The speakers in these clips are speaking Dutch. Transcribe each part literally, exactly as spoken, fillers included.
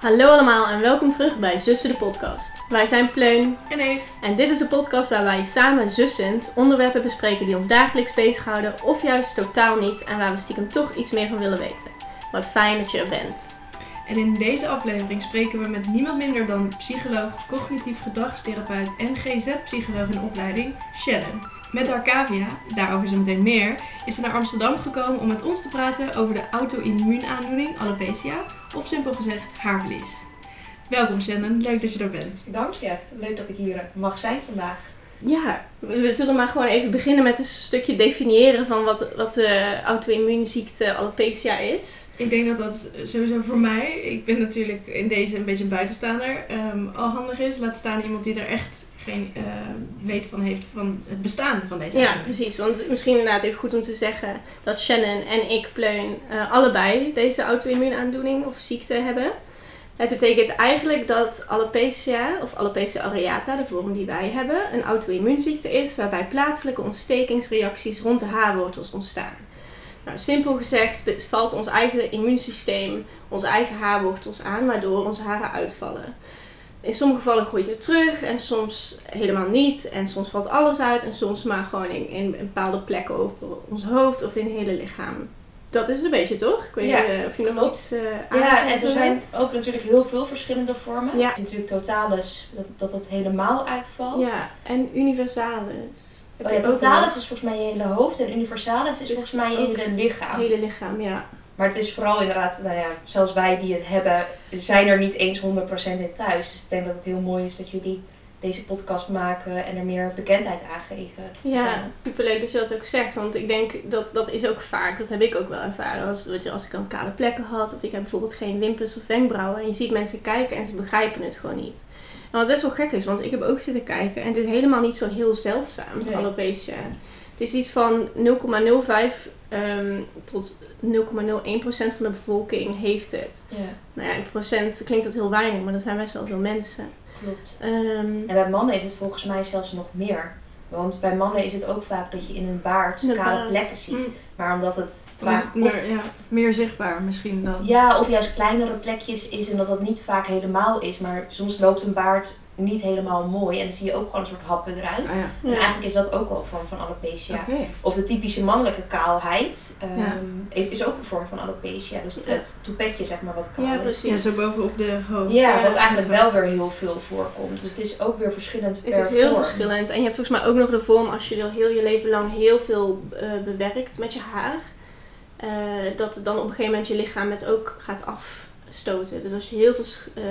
Hallo allemaal en welkom terug bij Zussen de podcast. Wij zijn Pleun en Eve. En dit is een podcast waar wij samen zussend onderwerpen bespreken die ons dagelijks bezighouden of juist totaal niet en waar we stiekem toch iets meer van willen weten. Wat fijn dat je er bent. En in deze aflevering spreken we met niemand minder dan psycholoog, cognitief gedragstherapeut en G Z-psycholoog in opleiding, Shannon. Met haar cavia, daarover zo meteen meer, is ze naar Amsterdam gekomen om met ons te praten over de auto-immuunaandoening alopecia, of simpel gezegd haarverlies. Welkom Shannon, leuk dat je er bent. Dank je, leuk dat ik hier mag zijn vandaag. Ja, we zullen maar gewoon even beginnen met een stukje definiëren van wat, wat de auto-immuunziekte alopecia is. Ik denk dat dat sowieso voor mij, ik ben natuurlijk in deze een beetje een buitenstaander, um, al handig is. Laat staan iemand die er echt geen uh, weet van heeft van het bestaan van deze Ja, aandoening. precies. Want misschien inderdaad even goed om te zeggen dat Shannon en ik, Pleun, uh, allebei deze auto-immuunaandoening of ziekte hebben. Het betekent eigenlijk dat alopecia, of alopecia areata, de vorm die wij hebben, een auto-immuunziekte is waarbij plaatselijke ontstekingsreacties rond de haarwortels ontstaan. Nou, simpel gezegd valt ons eigen immuunsysteem onze eigen haarwortels aan, waardoor onze haren uitvallen. In sommige gevallen groeit het terug en soms helemaal niet. En soms valt alles uit en soms maar gewoon in, in bepaalde plekken over ons hoofd of in het hele lichaam. Dat is het een beetje, toch? Ik weet ja, niet uh, of je nog klopt. iets uh, Ja, en er zijn ook natuurlijk heel veel verschillende vormen. Ja. Je hebt natuurlijk totalis, dat, dat het helemaal uitvalt. Ja, en universalis. Oh ja, totalis is volgens mij je hele hoofd en universalis is dus volgens mij je hele lichaam. Hele lichaam, ja. Maar het is vooral inderdaad, nou ja, zelfs wij die het hebben, zijn er niet eens honderd procent in thuis. Dus ik denk dat het heel mooi is dat jullie deze podcast maken en er meer bekendheid aangeven. Ja, superleuk dat je dat ook zegt. Want ik denk dat dat is ook vaak, dat heb ik ook wel ervaren. Als, weet je, als ik dan kale plekken had of ik heb bijvoorbeeld geen wimpers of wenkbrauwen. En je ziet mensen kijken en ze begrijpen het gewoon niet. En wat best wel gek is, want ik heb ook zitten kijken en het is helemaal niet zo heel zeldzaam, nee. alopecia. Het is iets van nul komma nul vijf um, tot nul komma nul één procent van de bevolking heeft het. Ja. Nou ja, in procent klinkt dat heel weinig, maar dat zijn best wel veel mensen. Klopt. Um, en bij mannen is het volgens mij zelfs nog meer. Want bij mannen is het ook vaak dat je in een baard in kale baard. plekken ziet. Mm. Maar omdat het Dan is vaak... het meer, ja, meer zichtbaar misschien dan. Ja, of juist kleinere plekjes is en dat dat niet vaak helemaal is. Maar soms loopt een baard niet helemaal mooi en dan zie je ook gewoon een soort happen eruit. Ah, ja. En ja. eigenlijk is dat ook wel een vorm van alopecia. Okay. Of de typische mannelijke kaalheid um, Ja. is ook een vorm van alopecia. Dus het, Ja. het toepetje zeg maar wat kaal Ja, is. precies. Ja, zo bovenop de hoofd. Ja, Ja, wat eigenlijk het wel weer heel veel voorkomt. Dus het is ook weer verschillend per Het is heel vorm. verschillend. En je hebt volgens mij ook nog de vorm als je er heel je leven lang heel veel uh, bewerkt met je haar. Uh, dat dan op een gegeven moment je lichaam het ook gaat afstoten. Dus als je heel veel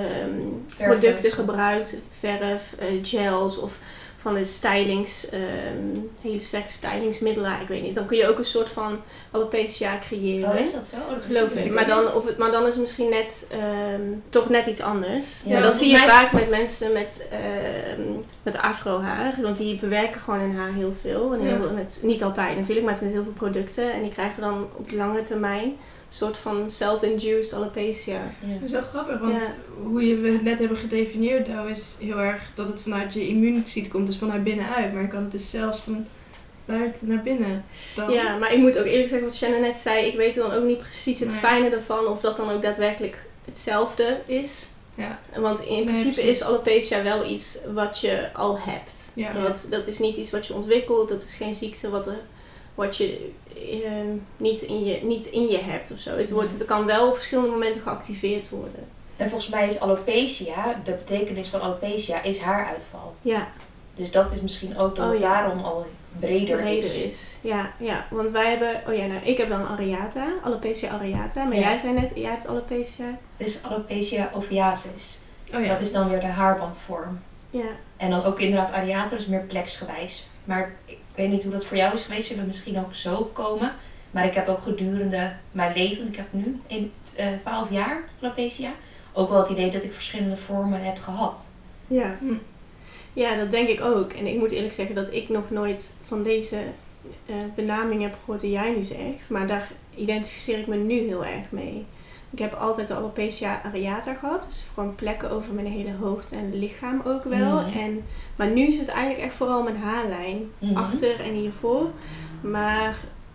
um, producten gebruikt, verf, uh, gels of van de stylings, um, hele sterke stylingsmiddelen, ik weet niet. Dan kun je ook een soort van alopecia creëren. Oh, is dat zo? Oh, dat Geloof wist ik. ik Maar niet. dan, of het, maar dan is het misschien net, um, toch net iets anders. Ja, Ja, dat want zie je volgens mij- vaak met mensen met, um, met afrohaar. Want die bewerken gewoon hun haar heel veel. En heel, Ja. met, niet altijd natuurlijk, maar met heel veel producten. En die krijgen dan op lange termijn een soort van self-induced alopecia. Ja. Dat is wel grappig, want Ja. hoe je, we het net hebben gedefinieerd nou, is heel erg dat het vanuit je immuunziekte komt, dus vanuit binnenuit. Maar je kan het dus zelfs van buiten naar binnen dan. Ja, maar ik moet ook eerlijk zeggen wat Shannon net zei. Ik weet dan ook niet precies het Nee. fijne ervan. Of dat dan ook daadwerkelijk hetzelfde is. Ja. Want in Nee, principe precies. is alopecia wel iets wat je al hebt. Ja. Dat, dat is niet iets wat je ontwikkelt. Dat is geen ziekte wat, er, wat je uh, niet, in je niet in je hebt of zo. Het, wordt, het kan wel op verschillende momenten geactiveerd worden. En volgens mij is alopecia, de betekenis van alopecia, is haaruitval. Ja, Dus dat is misschien ook dat Oh, het ja. daarom al breder breder is. is. Ja, ja, want wij hebben... Oh ja, nou, ik heb dan areata. Alopecia areata. Maar Ja. jij zei net, jij hebt alopecia. Het is alopecia oviacis. Oh ja. Dat is dan weer de haarbandvorm. Ja. En dan ook inderdaad areata, dus meer pleksgewijs. Maar ik weet niet hoe dat voor jou is geweest. Zullen we misschien ook zo opkomen. Maar ik heb ook gedurende mijn leven, ik heb nu in twaalf jaar alopecia, ook wel het idee dat ik verschillende vormen heb gehad. Ja. Hm. Ja, dat denk ik ook. En ik moet eerlijk zeggen dat ik nog nooit van deze uh, benaming heb gehoord die jij nu zegt. Maar daar identificeer ik me nu heel erg mee. Ik heb altijd de alopecia areata gehad. Dus gewoon plekken over mijn hele hoofd en lichaam ook wel. Mm. En, maar nu is het eigenlijk echt vooral mijn haarlijn. Mm. Achter en hiervoor. Maar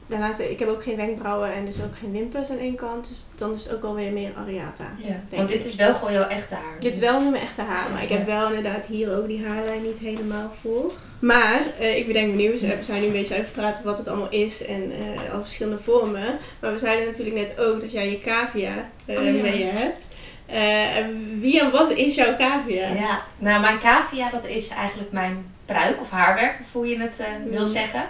daarnaast, ik heb ook geen wenkbrauwen en dus ook geen wimpers aan één kant. Dus dan is het ook alweer meer Ariata. Ja, want dit is wel gewoon jouw echte haar. Dit is wel nu mijn echte haar, maar ik heb wel inderdaad hier ook die haarlijn niet helemaal voor. Maar, uh, ik bedenk me nu, we zijn nu een beetje over praten wat het allemaal is en uh, al verschillende vormen. Maar we zeiden natuurlijk net ook dat jij je cavia uh, oh, ja. mee hebt. Uh, wie en wat is jouw cavia? Ja, nou mijn cavia dat is eigenlijk mijn pruik of haarwerk, of hoe je het uh, wil mm. zeggen.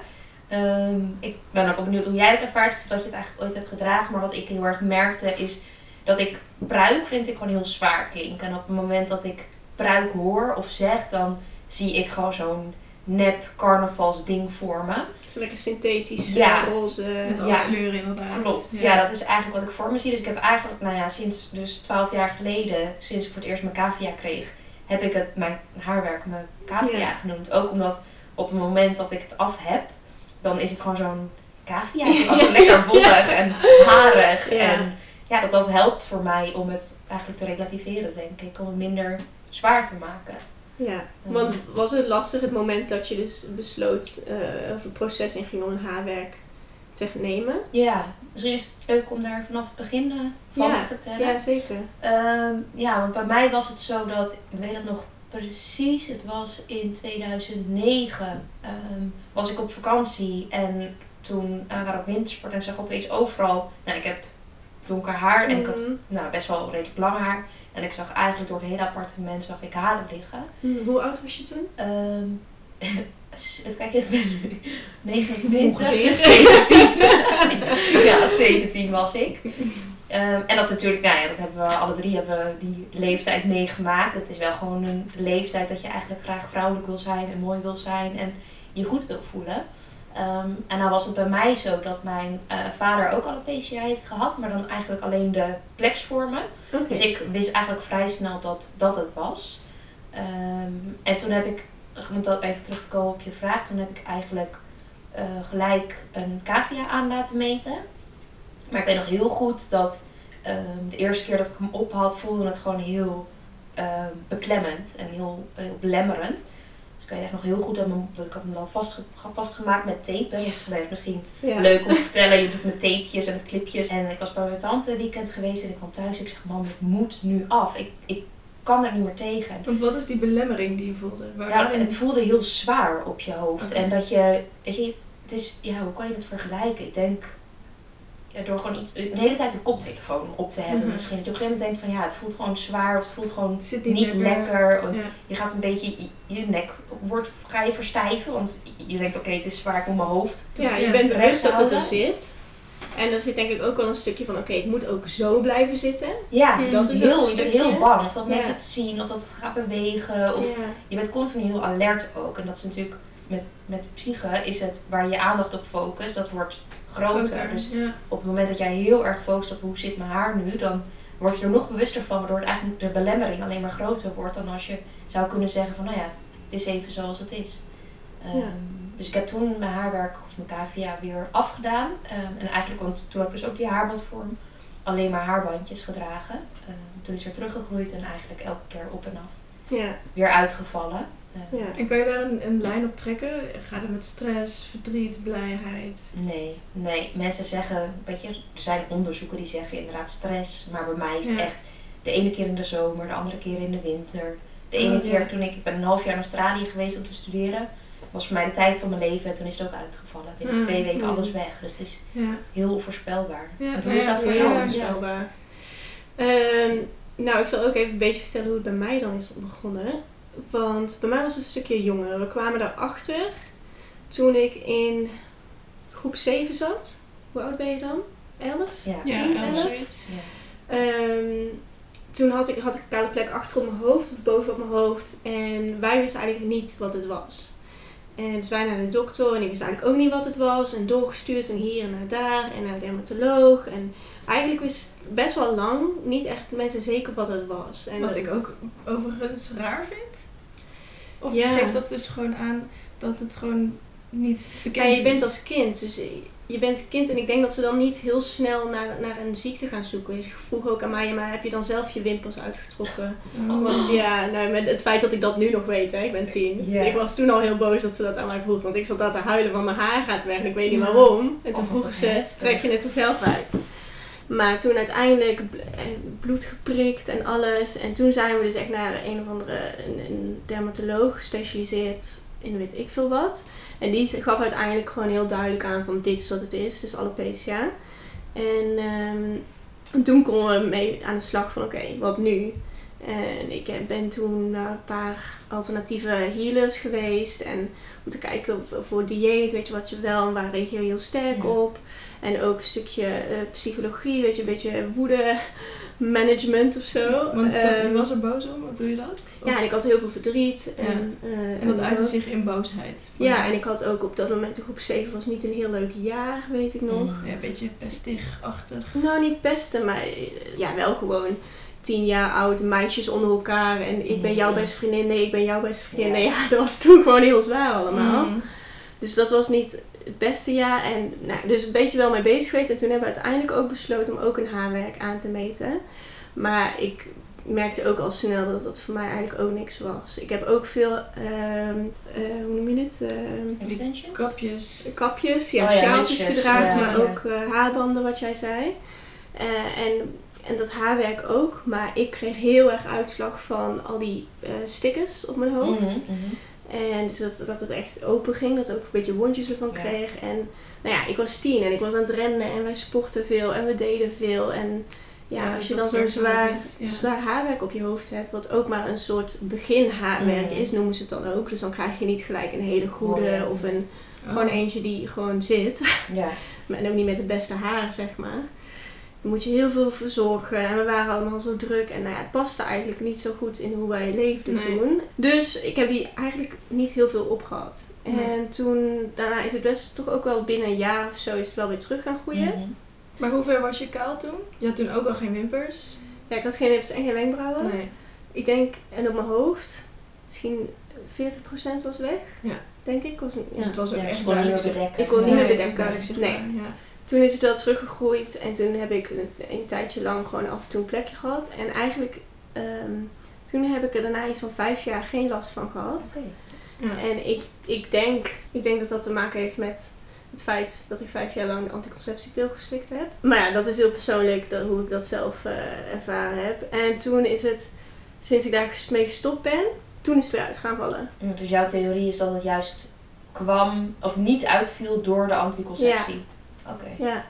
Um, ik ben ook benieuwd hoe jij het ervaart of dat je het eigenlijk ooit hebt gedragen. Maar wat ik heel erg merkte is dat ik pruik vind ik gewoon heel zwaar klinken. En op het moment dat ik pruik hoor of zeg, dan zie ik gewoon zo'n nep carnavalsding voor me. Zo lekker synthetisch, ja. roze. Met alle ja. kleuren inderdaad. Klopt, ja. ja dat is eigenlijk wat ik voor me zie. Dus ik heb eigenlijk, nou ja, sinds dus twaalf jaar geleden, sinds ik voor het eerst mijn cavia kreeg, heb ik het mijn haarwerk mijn cavia ja. genoemd. Ook omdat op het moment dat ik het af heb, dan is het gewoon zo'n cavia. Het is lekker wollig en harig. Ja. En ja, dat, dat helpt voor mij om het eigenlijk te relativeren, denk ik. Om het minder zwaar te maken. Ja, want was het lastig het moment dat je dus besloot uh, of het proces inging om een haarwerk te nemen? Ja, misschien is het leuk om daar vanaf het begin uh, van ja, te vertellen. Ja, zeker. Um, ja, want bij mij was het zo dat, ik weet het nog precies, het was in tweeduizend negen, um, was ik op vakantie en toen uh, waren we op wintersport en ik zag opeens overal, nou ik heb donker haar en mm-hmm. ik had nou, best wel redelijk lang haar. En ik zag eigenlijk door het hele appartement zag ik haren liggen. Mm, hoe oud was je toen? Um, even kijken, ik ben nu negenentwintig, dus zeventien. Ja, zeventien was ik. Um, en dat is natuurlijk, nou ja, dat hebben we alle drie hebben die leeftijd meegemaakt. Het is wel gewoon een leeftijd dat je eigenlijk graag vrouwelijk wil zijn en mooi wil zijn en je goed wil voelen. Um, en nou was het bij mij zo dat mijn uh, vader ook alopecia heeft gehad, maar dan eigenlijk alleen de plexvormen. Okay. Dus ik wist eigenlijk vrij snel dat dat het was. Um, en toen heb ik, om dat even terug te komen op je vraag, toen heb ik eigenlijk uh, gelijk een cavia aan laten meten. Maar ik weet nog heel goed dat um, de eerste keer dat ik hem op had, voelde het gewoon heel uh, beklemmend en heel, heel belemmerend. Ik weet echt nog heel goed dat, mijn, dat ik had hem dan vastge, vastgemaakt met tape. Hè. Dat is misschien ja. leuk om te vertellen. Je doet met tapejes en met clipjes. En ik was bij mijn tante een weekend geweest en ik kwam thuis. Ik zeg, mam, het moet nu af. Ik, ik kan er niet meer tegen. Want wat is die belemmering die je voelde? Waar ja, het voelde heel zwaar op je hoofd. Okay. En dat je, weet je, het is, ja, hoe kan je het vergelijken? Ik denk, ja, door gewoon iets, de hele tijd een koptelefoon op te hebben. Mm-hmm. Misschien dat je op een gegeven moment denkt van ja, het voelt gewoon zwaar of het voelt gewoon niet, niet lekker. lekker. Ja. Je gaat een beetje, je, je nek wordt, ga je verstijven, want je denkt oké, okay, het is zwaar, ik moet mijn hoofd. Ja, je bent bewust dat het er zit. En dan zit denk ik ook wel een stukje van oké, okay, het moet ook zo blijven zitten. Ja, mm. dat is heel, je bent heel bang of dat ja. mensen het zien of dat het gaat bewegen. Of ja. Je bent continu heel alert ook. En dat is natuurlijk met, met psyche is het waar je aandacht op focust, dat wordt groter. groter dus ja. op het moment dat jij heel erg focust op hoe zit mijn haar nu, dan word je er nog bewuster van, waardoor het eigenlijk de belemmering alleen maar groter wordt dan als je zou kunnen zeggen van nou ja, het is even zoals het is. Um, ja. Dus ik heb toen mijn haarwerk of mijn cavia weer afgedaan. Um, en eigenlijk, want toen heb ik dus ook die haarbandvorm alleen maar haarbandjes gedragen. Um, toen is het weer teruggegroeid en eigenlijk elke keer op en af ja. weer uitgevallen. Ja. En kan je daar een, een lijn op trekken? Gaat het met stress, verdriet, blijheid? Nee, nee. Mensen zeggen, weet je, er zijn onderzoeken die zeggen inderdaad stress. Maar bij mij is het ja. echt de ene keer in de zomer, de andere keer in de winter. De ene oh, keer ja. toen ik, ik ben een half jaar in Australië geweest om te studeren. Was voor mij de tijd van mijn leven en toen is het ook uitgevallen. Binnen mm, twee weken mm. alles weg. Dus het is ja. heel onvoorspelbaar. Ja, en hoe is dat voor jou? Onvoorspelbaar. Um, nou, ik zal ook even een beetje vertellen hoe het bij mij dan is begonnen. Want bij mij was het een stukje jonger. We kwamen daarachter toen ik in groep zeven zat. Hoe oud ben je dan? elf? Ja, ja elf. Ja. Um, toen had ik, had ik een kale plek achter op mijn hoofd of boven op mijn hoofd. En wij wisten eigenlijk niet wat het was. En dus wij naar de dokter en die wist eigenlijk ook niet wat het was. En doorgestuurd en hier en naar daar en naar de dermatoloog. En eigenlijk wist best wel lang niet echt mensen zeker wat het was. En wat dat, ik ook overigens raar vind. Of ja. geeft dat dus gewoon aan dat het gewoon niet bekend Ja, je is. bent als kind, dus je bent kind en ik denk dat ze dan niet heel snel naar, naar een ziekte gaan zoeken. Ze vroeg ook aan mij, maar heb je dan zelf je wimpers uitgetrokken? Oh. Want ja, nou, met het feit dat ik dat nu nog weet, hè, ik ben tien. Ja. Ik was toen al heel boos dat ze dat aan mij vroeg, want ik zat daar te huilen van mijn haar gaat weg. Ik weet niet Ja. waarom. En toen Oh, vroegen wat ze, heftig. trek je het er zelf uit? Maar toen uiteindelijk bloed geprikt en alles. En toen zijn we dus echt naar een of andere een, een dermatoloog gespecialiseerd in weet ik veel wat. En die gaf uiteindelijk gewoon heel duidelijk aan van dit is wat het is. Het is alopecia. En, um, en toen konden we mee aan de slag van oké, okay, wat nu? En ik ben toen naar een paar alternatieve healers geweest. En om te kijken voor dieet, weet je wat je wel en waar reageer je heel sterk ja. op. En ook een stukje uh, psychologie, weet je, een beetje woede management of zo. Want dat, Um, je was er boos om, wat bedoel je dat? Of- ja, en ik had heel veel verdriet. Ja. En, uh, En dat uitte was- zich in boosheid. voor Ja, jou. en ik had ook op dat moment, de groep zeven was niet een heel leuk jaar, weet ik nog. Mm. Ja, een beetje pestig-achtig. Nou, niet pesten, maar uh, ja, wel gewoon tien jaar oud, meisjes onder elkaar. En ik ben jouw Ja. beste vriendin, nee, ik ben jouw beste vriendin. Ja. Nee, ja, dat was toen gewoon heel zwaar allemaal. Mm. Dus dat was niet het beste jaar. En nou, dus een beetje wel mee bezig geweest. En toen hebben we uiteindelijk ook besloten om ook een haarwerk aan te meten. Maar ik merkte ook al snel dat dat voor mij eigenlijk ook niks was. Ik heb ook veel, um, uh, hoe noem je het? Um, Extensions? Kapjes. kapjes, ja, Oh ja, sjaaltjes mutsjes, gedragen, ja, maar ja. ook uh, haarbanden, wat jij zei. Uh, en, en dat haarwerk ook. Maar ik kreeg heel erg uitslag van al die uh, stickers op mijn hoofd. Mhm, mhm. En dus dat, dat het echt open ging, dat ik ook een beetje wondjes ervan Ja. kreeg. En nou ja, ik was tien en ik was aan het rennen en wij sportten veel en we deden veel. En ja, Ja, als dus je dat dan zo'n werkt zwaar, ook niet, ja. zwaar haarwerk op je hoofd hebt, wat ook maar een soort beginhaarwerk Mhm. is, noemen ze het dan ook. Dus dan krijg je niet gelijk een hele goede Oh, ja. of een, Oh. gewoon eentje die gewoon zit. Ja. En ook niet met het beste haar, zeg maar. Dan moet je heel veel verzorgen. En we waren allemaal zo druk. En nou ja, het paste eigenlijk niet zo goed in hoe wij leefden Nee. toen. Dus ik heb die eigenlijk niet heel veel opgehad. Nee. En toen, daarna is het best toch ook wel binnen een jaar of zo is het wel weer terug gaan groeien. Mhm. Maar hoe ver was je kaal toen? Je had toen ook al geen wimpers. Ja, ik had geen wimpers en geen wenkbrauwen. Nee. Ik denk, en op mijn hoofd, misschien veertig procent was weg. Ja. Denk ik. Was, ja. Dus het was ook Ja, echt ze kon niet meer duidelijk bedekken. Ik kon niet Nee, meer het was bedekken. duidelijk zichtbaar, Nee. ja. Toen is het wel teruggegroeid en toen heb ik een, een tijdje lang gewoon af en toe een plekje gehad. En eigenlijk, um, toen heb ik er daarna iets van vijf jaar geen last van gehad. Oké. Ja. En ik, ik, denk, ik denk dat dat te maken heeft met het feit dat ik vijf jaar lang de anticonceptiepil geslikt heb. Maar ja, dat is heel persoonlijk dat, hoe ik dat zelf uh, ervaren heb. En toen is het, sinds ik daar mee gestopt ben, toen is het weer uit gaan vallen. Mm, Dus jouw theorie is dat het juist kwam, of niet uitviel door de anticonceptie? Oké. Ja,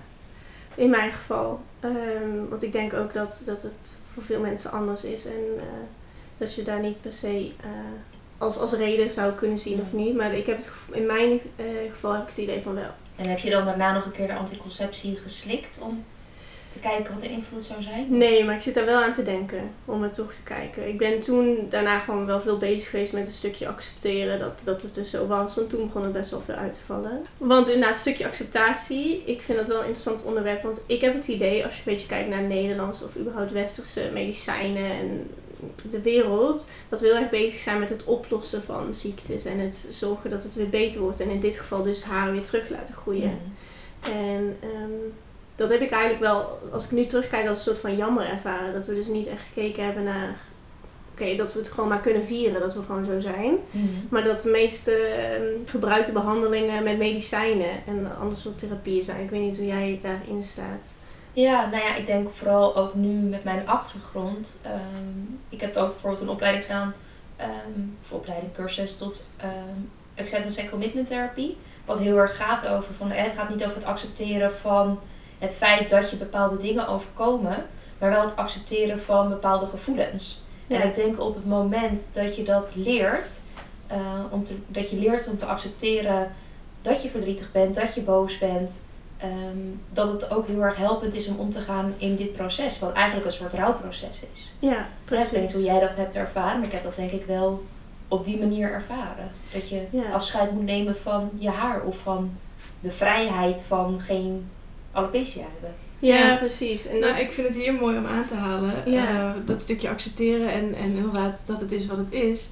in mijn geval. Um, want ik denk ook dat, dat het voor veel mensen anders is. En uh, dat je daar niet per se uh, als, als reden zou kunnen zien of niet. Maar ik heb het gevo- in mijn uh, geval heb ik het idee van wel. En heb je dan daarna nog een keer de anticonceptie geslikt om te kijken wat de invloed zou zijn? Nee, maar ik zit daar wel aan te denken om er toch te kijken. Ik ben toen daarna gewoon wel veel bezig geweest met een stukje accepteren dat, dat het dus zo was. Want toen begon het best wel veel uit te vallen. Want inderdaad, een stukje acceptatie, ik vind dat wel een interessant onderwerp. Want ik heb het idee, als je een beetje kijkt naar Nederlandse of überhaupt westerse medicijnen en de wereld, dat we heel erg bezig zijn met het oplossen van ziektes en het zorgen dat het weer beter wordt. En in dit geval dus haar weer terug laten groeien. Mhm. En um, dat heb ik eigenlijk wel, als ik nu terugkijk, als een soort van jammer ervaren. Dat we dus niet echt gekeken hebben naar, oké, okay, dat we het gewoon maar kunnen vieren, dat we gewoon zo zijn. Mhm. Maar dat de meeste um, gebruikte behandelingen met medicijnen en ander soort therapieën zijn. Ik weet niet hoe jij daarin staat. Ja, nou ja, ik denk vooral ook nu met mijn achtergrond. Um, ik heb ook bijvoorbeeld een opleiding gedaan, um, voor opleiding cursus tot um, acceptance and commitment therapie. Wat heel erg gaat over, van, het gaat niet over het accepteren van het feit dat je bepaalde dingen overkomen, maar wel het accepteren van bepaalde gevoelens. Ja. En ik denk op het moment dat je dat leert, uh, om te, dat je leert om te accepteren dat je verdrietig bent, dat je boos bent, um, dat het ook heel erg helpend is om om te gaan in dit proces, wat eigenlijk een soort rouwproces is. Ja, precies. Ik weet niet hoe jij dat hebt ervaren, maar ik heb dat denk ik wel op die manier ervaren. Dat je Ja. afscheid moet nemen van je haar of van de vrijheid van geen alopecia hebben. Ja, Ja. precies. En Nou, dat, ik vind het hier mooi om aan te halen. Ja. Uh, dat stukje accepteren en, en inderdaad dat het is wat het is.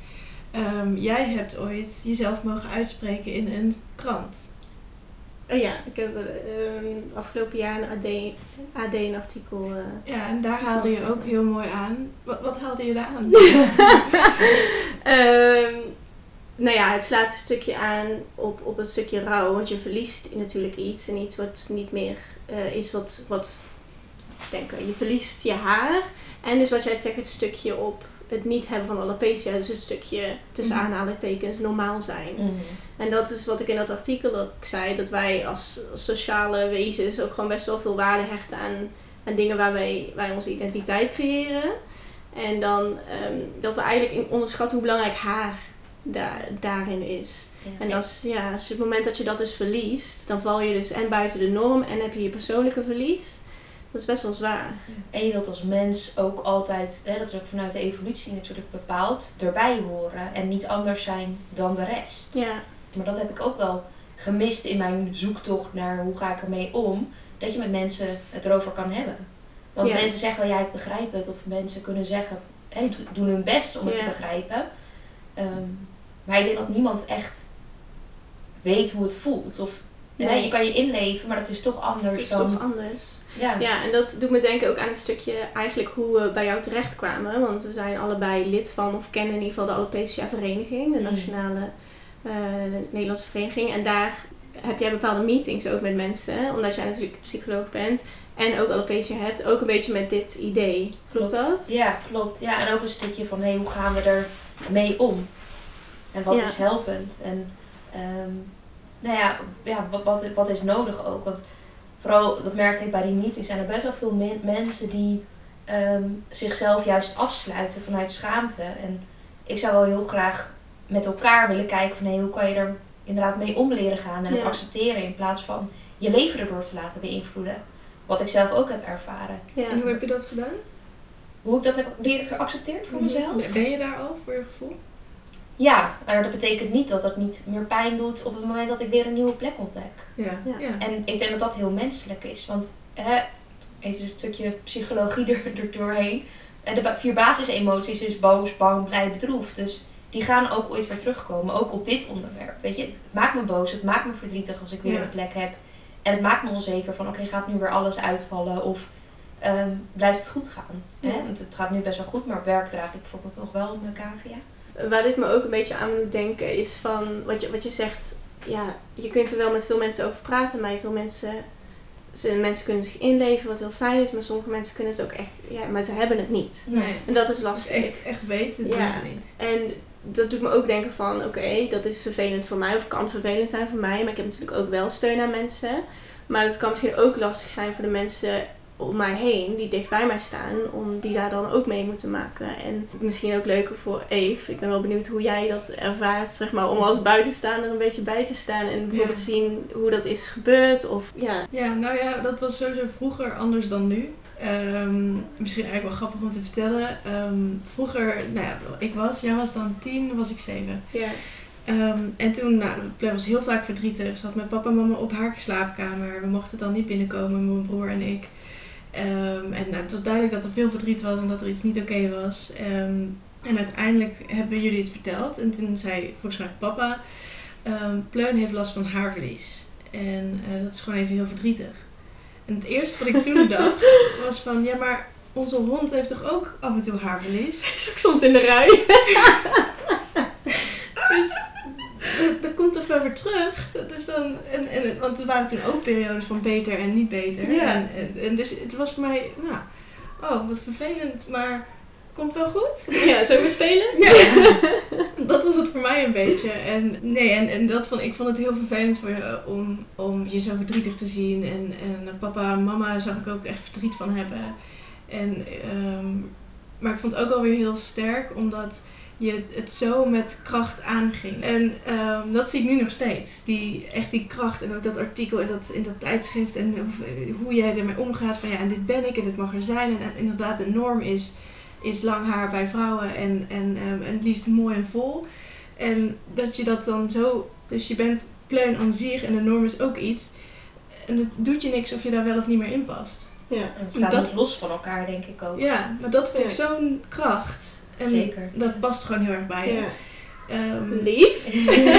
Um, jij hebt ooit jezelf mogen uitspreken in een krant. Oh ja, ik heb um, afgelopen jaar een A D, A D een artikel. Uh, ja, en daar haalde je ook heel mooi aan. Wat, wat haalde je daar aan? um, nou ja, het slaat een stukje aan op, op het stukje rouw. Want je verliest natuurlijk iets. En iets wat niet meer uh, is wat, wat denken. Je verliest je haar. En dus wat jij zegt, het stukje op het niet hebben van alopecia. Dus het stukje tussen mm-hmm. aanhalingstekens normaal zijn. Mm-hmm. En dat is wat ik in dat artikel ook zei. Dat wij als, als sociale wezens ook gewoon best wel veel waarde hechten aan, aan dingen waar wij, wij onze identiteit creëren. En dan um, dat we eigenlijk onderschatten hoe belangrijk haar da- daarin is. Ja. En als, ja, als het moment dat je dat dus verliest, dan val je dus en buiten de norm en heb je je persoonlijke verlies. Dat is best wel zwaar. En je wilt als mens ook altijd, hè, dat is ook vanuit de evolutie natuurlijk bepaald, erbij horen en niet anders zijn dan de rest. Ja. Maar dat heb ik ook wel gemist in mijn zoektocht naar hoe ga ik ermee om, dat je met mensen het erover kan hebben. Want ja. mensen zeggen wel, ja, ik begrijp het, of mensen kunnen zeggen, hè, die doen hun best om het ja. te begrijpen. Um, maar ik denk dat niemand echt weet hoe het voelt. Of nee. hè, je kan je inleven, maar dat is toch anders dan... Het is dan... toch anders. Ja. ja, en dat doet me denken ook aan het stukje eigenlijk hoe we bij jou terechtkwamen. Want we zijn allebei lid van, of kennen in ieder geval de Alopecia Vereniging, de nationale uh, Nederlandse vereniging. En daar heb jij bepaalde meetings ook met mensen, omdat jij natuurlijk psycholoog bent en ook alopecia hebt, ook een beetje met dit idee. Klopt, klopt. dat? Ja, klopt. Ja, en ook een stukje van, hé, hey, hoe gaan we er mee om? En wat ja. is helpend? En um, nou ja, ja wat, wat, wat is nodig ook? Want vooral, dat merkte ik bij die meetings, zijn er best wel veel me- mensen die um, zichzelf juist afsluiten vanuit schaamte. En ik zou wel heel graag met elkaar willen kijken van, hé, hey, hoe kan je er inderdaad mee om leren gaan en ja. het accepteren in plaats van je leven erdoor te laten beïnvloeden. Wat ik zelf ook heb ervaren. Ja. En hoe heb je dat gedaan? Hoe ik dat heb leren geaccepteerd voor mezelf. Ben je daar al voor je gevoel? Ja, maar dat betekent niet dat het niet meer pijn doet op het moment dat ik weer een nieuwe plek ontdek. Ja. Ja. Ja. En ik denk dat dat heel menselijk is. Want hè, even een stukje psychologie er, er doorheen. De vier basisemoties, dus boos, bang, blij, bedroefd. Dus die gaan ook ooit weer terugkomen. Ook op dit onderwerp. Weet je, het maakt me boos, het maakt me verdrietig als ik weer ja. een plek heb. En het maakt me onzeker van, oké, okay, gaat nu weer alles uitvallen? Of um, blijft het goed gaan? Ja. Hè? Want het gaat nu best wel goed, maar op werk draag ik bijvoorbeeld nog wel mijn cavia. Waar dit me ook een beetje aan moet denken is van, wat je, wat je zegt, ja, je kunt er wel met veel mensen over praten, maar veel mensen, ze, mensen kunnen zich inleven, wat heel fijn is, maar sommige mensen kunnen het ook echt, ja, maar ze hebben het niet. Nee. En dat is lastig. Dus echt, echt weten, dat ja. doen ze niet. En dat doet me ook denken van, oké, okay, dat is vervelend voor mij, of kan vervelend zijn voor mij, maar ik heb natuurlijk ook wel steun aan mensen. Maar het kan misschien ook lastig zijn voor de mensen om mij heen, die dicht bij mij staan, om die daar dan ook mee moeten maken. En misschien ook leuker voor Eve. Ik ben wel benieuwd hoe jij dat ervaart, zeg maar, om als buitenstaander een beetje bij te staan en bijvoorbeeld ja. zien hoe dat is gebeurd. Of, ja. ja, nou ja, dat was sowieso vroeger anders dan nu. Um, misschien eigenlijk wel grappig om te vertellen. Um, vroeger, nou ja, ik was, jij was dan tien, was ik zeven. Ja. Um, en toen, nou, Pleur was heel vaak verdrietig. Ze had met papa en mama op haar slaapkamer. We mochten dan niet binnenkomen, mijn broer en ik. Um, en nou, het was duidelijk dat er veel verdriet was en dat er iets niet oké okay was. Um, en uiteindelijk hebben jullie het verteld. En toen zei volgens mij papa, um, Pleun heeft last van haarverlies. En uh, dat is gewoon even heel verdrietig. En het eerste wat ik toen dacht, was van, ja, maar onze hond heeft toch ook af en toe haarverlies? Is ook soms in de rui. Dus dat, dat komt toch wel weer terug. Dus dan, en, en, want er waren toen ook periodes van beter en niet beter. Ja. En, en, en dus het was voor mij, nou, oh, wat vervelend, maar komt wel goed. Ja, zullen we spelen? Ja. Dat was het voor mij een beetje. En nee, en, en dat vond, ik vond het heel vervelend voor je om, om je zo verdrietig te zien. En, en papa en mama zag ik ook echt verdriet van hebben. En, um, maar ik vond het ook alweer heel sterk, omdat je het zo met kracht aanging. En um, dat zie ik nu nog steeds. Die, echt die kracht en ook dat artikel in dat, in dat tijdschrift en hoe, hoe jij ermee omgaat van ja, en dit ben ik en dit mag er zijn. En, en inderdaad, de norm is, is lang haar bij vrouwen en, en, um, en het liefst mooi en vol. En dat je dat dan zo, dus je bent pleun aan zich en de norm is ook iets. En het doet je niks of je daar wel of niet meer in past. Ja, en het staat dat, niet los van elkaar, denk ik ook. Ja, maar dat vind ik ja. zo'n kracht. En zeker. Dat past gewoon heel erg bij je. Ja. Um, Lief.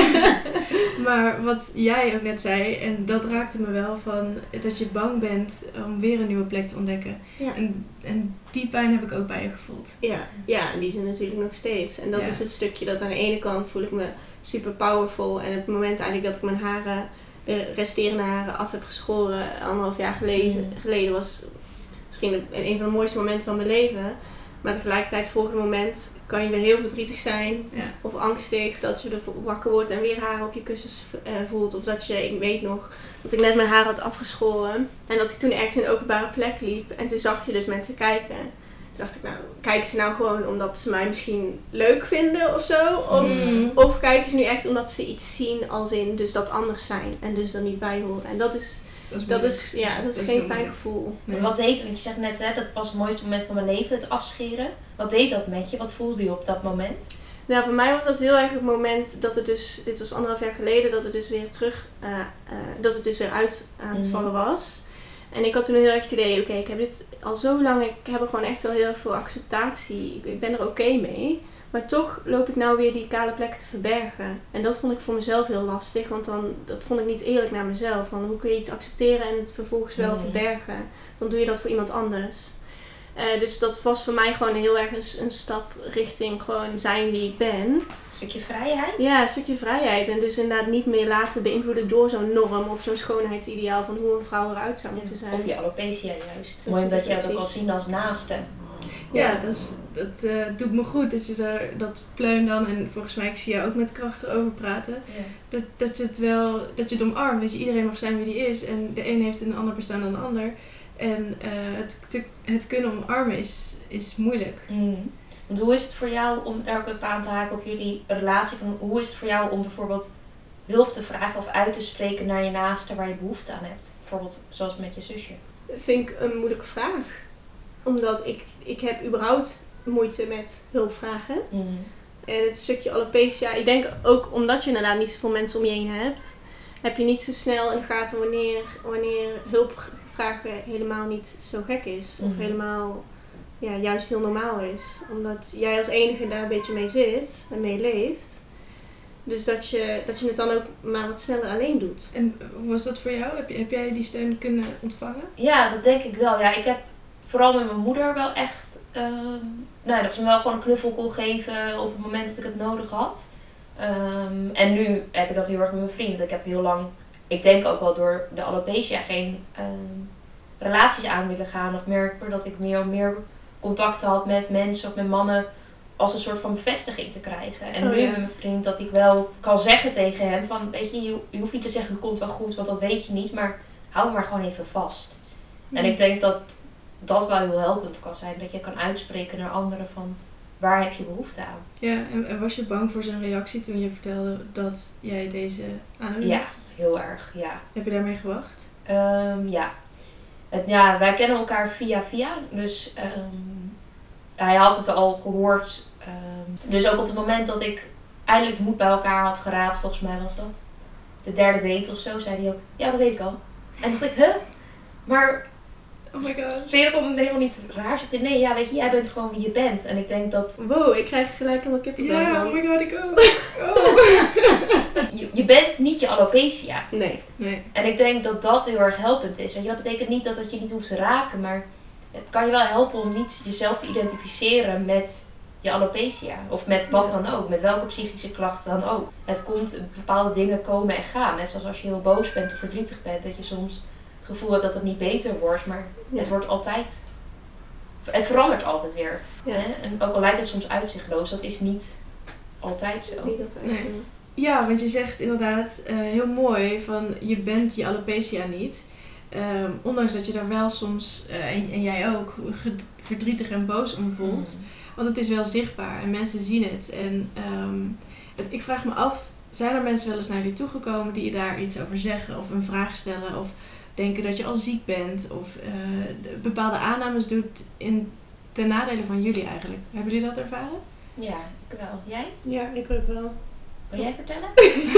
Maar wat jij ook net zei, en dat raakte me wel, van dat je bang bent om weer een nieuwe plek te ontdekken. Ja. En, en die pijn heb ik ook bij je gevoeld. Ja, ja, en die zijn natuurlijk nog steeds. En dat Ja. is het stukje dat aan de ene kant voel ik me super powerful. En op het moment eigenlijk dat ik mijn haren, de resterende haren af heb geschoren, anderhalf jaar geleden, Mm. geleden was misschien een, een van de mooiste momenten van mijn leven. Maar tegelijkertijd, het volgende moment kan je weer heel verdrietig zijn. Ja. Of angstig dat je er wakker wordt en weer haren op je kussens uh, voelt. Of dat je, ik weet nog, dat ik net mijn haar had afgeschoren. En dat ik toen ergens in een openbare plek liep. En toen zag je dus mensen kijken. Toen dacht ik, nou, kijken ze nou gewoon omdat ze mij misschien leuk vinden of zo? Of, Mm. of kijken ze nu echt omdat ze iets zien als in dus dat anders zijn. En dus er niet bij horen. En dat is, Dat is, dat moeilijk. is, ja, dat is Dat is geen heel fijn moeilijk. gevoel. Nee. Wat deed, want je zegt net, hè, dat was het mooiste moment van mijn leven, het afscheren. Wat deed dat met je? Wat voelde je op dat moment? Nou, voor mij was dat heel erg het moment dat het dus, dit was anderhalf jaar geleden, dat het dus weer terug, uh, uh, dat het dus weer uit aan het Mhm. vallen was. En ik had toen heel erg het idee, oké, ik heb dit al zo lang, ik heb er gewoon echt wel heel erg veel acceptatie, ik, ik ben er oké mee. Maar toch loop ik nou weer die kale plekken te verbergen. En dat vond ik voor mezelf heel lastig, want dan, dat vond ik niet eerlijk naar mezelf. Van hoe kun je iets accepteren en het vervolgens wel Mhm. verbergen? Dan doe je dat voor iemand anders. Uh, dus dat was voor mij gewoon heel erg een, een stap richting gewoon zijn wie ik ben. Een stukje vrijheid? Ja, een stukje vrijheid. En dus inderdaad niet meer laten beïnvloeden door zo'n norm of zo'n schoonheidsideaal van hoe een vrouw eruit zou moeten zijn. Of je alopecia juist. Of Mooi omdat je je dat ook ziet. al zien als naaste. Ja, dat, is, dat uh, doet me goed dat je daar, dat Pleun dan, en volgens mij ik zie jou ook met kracht erover praten, Ja. dat, dat je het wel, dat je het omarmt, dat je iedereen mag zijn wie die is en de een heeft een ander bestaan dan de ander. En uh, het, te, het kunnen omarmen is, is moeilijk. Mm. Want hoe is het voor jou, om daar ook even aan te haken op jullie relatie, van hoe is het voor jou om bijvoorbeeld hulp te vragen of uit te spreken naar je naaste waar je behoefte aan hebt? Bijvoorbeeld zoals met je zusje. Dat vind ik een moeilijke vraag. Omdat ik, ik heb überhaupt moeite met hulp vragen. Mm. En het stukje alopecia, ik denk ook omdat je inderdaad niet zoveel mensen om je heen hebt, heb je niet zo snel in de gaten wanneer, wanneer hulp vragen helemaal niet zo gek is. Of Mhm. helemaal, ja, juist heel normaal is. Omdat jij als enige daar een beetje mee zit en mee leeft. Dus dat je, dat je het dan ook maar wat sneller alleen doet. En hoe was dat voor jou? Heb, je, heb jij die steun kunnen ontvangen? Ja, dat denk ik wel. Ja, ik heb vooral met mijn moeder wel echt, um, nou, dat ze me wel gewoon een knuffel kon geven op het moment dat ik het nodig had. Um, en nu heb ik dat heel erg met mijn vrienden. Ik heb heel lang, ik denk ook wel door de alopecia, geen um, relaties aan willen gaan. Of merk dat ik meer en meer contacten had met mensen of met mannen als een soort van bevestiging te krijgen. En Oh, nu ja. met mijn vriend dat ik wel kan zeggen tegen hem van, weet je, je, je hoeft niet te zeggen het komt wel goed, want dat weet je niet. Maar hou me maar gewoon even vast. En ik denk dat dat wel heel helpend kan zijn. Dat je kan uitspreken naar anderen van waar heb je behoefte aan. Ja, en, en was je bang voor zijn reactie toen je vertelde dat jij deze aandoening Ja, had? heel erg, ja. Heb je daarmee gewacht? Um, ja. Het, ja, wij kennen elkaar via via. Dus um, hij had het al gehoord. Um, dus ook op het moment dat ik eindelijk de moed bij elkaar had geraapt, volgens mij was dat de derde date of zo, zei hij ook, ja, dat weet ik al. En toen dacht ik, huh? Maar Oh my god. vind je dat dan helemaal niet raar? Zegt hij, nee, ja, weet je, jij bent gewoon wie je bent. En ik denk dat Wow, ik krijg gelijk helemaal kippenvel Ja, van. oh my god, ik ook. Oh. je, je bent niet je alopecia. Nee. Nee. En ik denk dat dat heel erg helpend is. Weet je, dat betekent niet dat het je niet hoeft te raken, maar het kan je wel helpen om niet jezelf te identificeren met je alopecia. Of met wat dan ook, met welke psychische klachten dan ook. Het komt, bepaalde dingen komen en gaan. Net zoals als je heel boos bent of verdrietig bent, dat je soms het gevoel hebt dat het niet beter wordt, maar Ja. het wordt altijd, het verandert altijd weer. Ja. Hè? En ook al lijkt het soms uitzichtloos, dat is niet altijd zo. Niet altijd. Nee. zo. Ja, want je zegt inderdaad uh, heel mooi van je bent je alopecia niet. Um, ondanks dat je daar wel soms, uh, en, en jij ook, ged- verdrietig en boos om voelt. Mm. Want het is wel zichtbaar en mensen zien het. En um, het, ik vraag me af, zijn er mensen wel eens naar je toegekomen die je daar iets over zeggen? Of een vraag stellen? Of denken dat je al ziek bent? Of uh, de- bepaalde aannames doet in, ten nadele van jullie eigenlijk? Hebben jullie dat ervaren? Ja, ik wel. Jij? Ja, ik ook wel. Wil jij vertellen?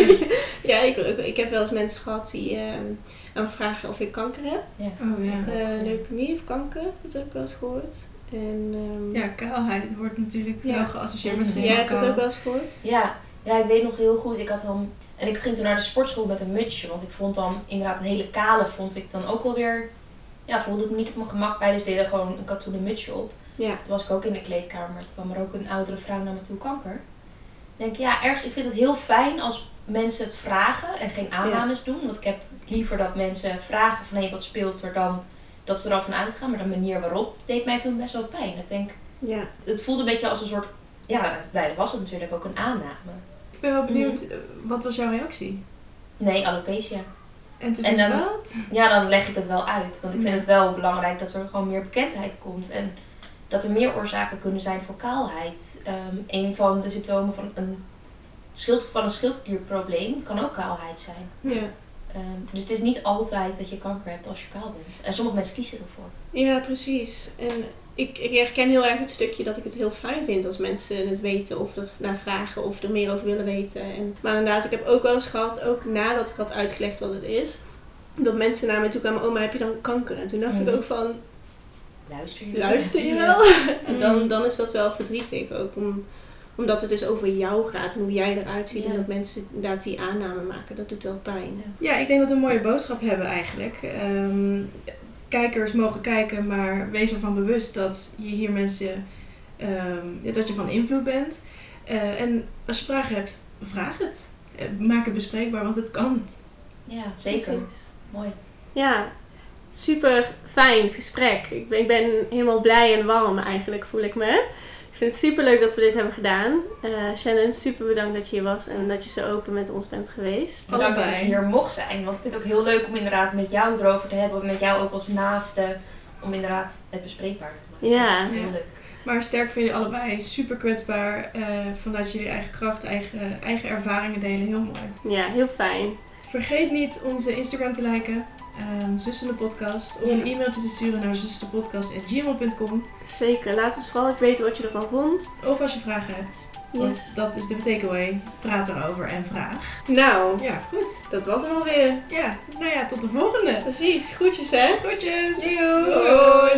Ja, ik ook. Ik heb wel eens mensen gehad die uh, aan me vragen of ik kanker heb. Ja. Oh ja. Uh, leukemie of kanker, dat heb ik wel eens gehoord. En, um, Ja, kaalheid wordt natuurlijk Ja. wel geassocieerd met jij helemaal hebt dat kaal. ook wel eens gehoord? Ja, Ja, ik weet nog heel goed. Ik had dan... En ik ging toen naar de sportschool met een mutsje. Want ik vond dan inderdaad een hele kale vond ik dan ook wel weer... Ja, voelde ik me niet op mijn gemak bij. Dus deed er gewoon een katoenen mutsje op. Ja. Toen was ik ook in de kleedkamer. Maar toen kwam er ook een oudere vrouw naar me toe, kanker. Ik denk, ja, ergens, ik vind het heel fijn als mensen het vragen en geen aannames ja. doen. Want ik heb liever dat mensen vragen van, hé, hey, wat speelt er dan? Dat ze er al van uitgaan. Maar de manier waarop deed mij toen best wel pijn. Ik denk, ja. het voelde een beetje als een soort... Ja, dat, dat was het natuurlijk ook een aanname. Ik ben wel benieuwd, mm. wat was jouw reactie? Nee, alopecia. En toen en zei dan, wat? Ja, dan leg ik het wel uit. Want ik vind ja. het wel belangrijk dat er gewoon meer bekendheid komt. En dat er meer oorzaken kunnen zijn voor kaalheid. Um, een van de symptomen van een, schild, van een schildklierprobleem kan ook kaalheid zijn. Ja. Um, dus het is niet altijd dat je kanker hebt als je kaal bent. En sommige mensen kiezen ervoor. Ja, precies. En ik, ik herken heel erg het stukje dat ik het heel fijn vind als mensen het weten of er naar vragen of er meer over willen weten. En, maar inderdaad, ik heb ook wel eens gehad, ook nadat ik had uitgelegd wat het is, dat mensen naar mij toe kwamen, oh, maar heb je dan kanker? En toen dacht mm. ik ook van, luister je, luister je wel? En dan, dan is dat wel verdrietig ook, om, omdat het dus over jou gaat en hoe jij eruit ziet. Ja. En dat mensen inderdaad die aanname maken, dat doet wel pijn. Ja, ik denk dat we een mooie boodschap hebben eigenlijk. Um, kijkers mogen kijken, maar wees ervan bewust dat je hier mensen, um, dat je van invloed bent. Uh, en als je vragen hebt, vraag het. Uh, maak het bespreekbaar, want het kan. Ja, zeker. Precies. Mooi. Ja, super fijn gesprek. Ik ben, ik ben helemaal blij en warm eigenlijk, voel ik me. Ik vind het super leuk dat we dit hebben gedaan. Uh, Shannon, super bedankt dat je hier was en dat je zo open met ons bent geweest. Bedankt dat ik hier mocht zijn. Want ik vind het ook heel leuk om inderdaad met jou erover te hebben. Met jou ook als naaste. Om inderdaad het bespreekbaar te maken. Ja. Dat is heel leuk. Maar sterk van jullie allebei. Super kwetsbaar. Uh, vanuit jullie eigen kracht, eigen, eigen ervaringen delen. Heel mooi. Ja, heel fijn. Vergeet niet onze Instagram te liken. Um, Zussen de Podcast. Of ja. een e-mailtje te sturen naar zussendepodcast at gmail dot com. Zeker. Laat ons vooral even weten wat je ervan vond. Of als je vragen hebt. Yes. Want dat is de takeaway. Praat erover en vraag. Nou. Ja, goed. Dat was hem alweer. Ja. Nou ja, tot de volgende. Precies. Groetjes hè. Groetjes. Doei. Hoi.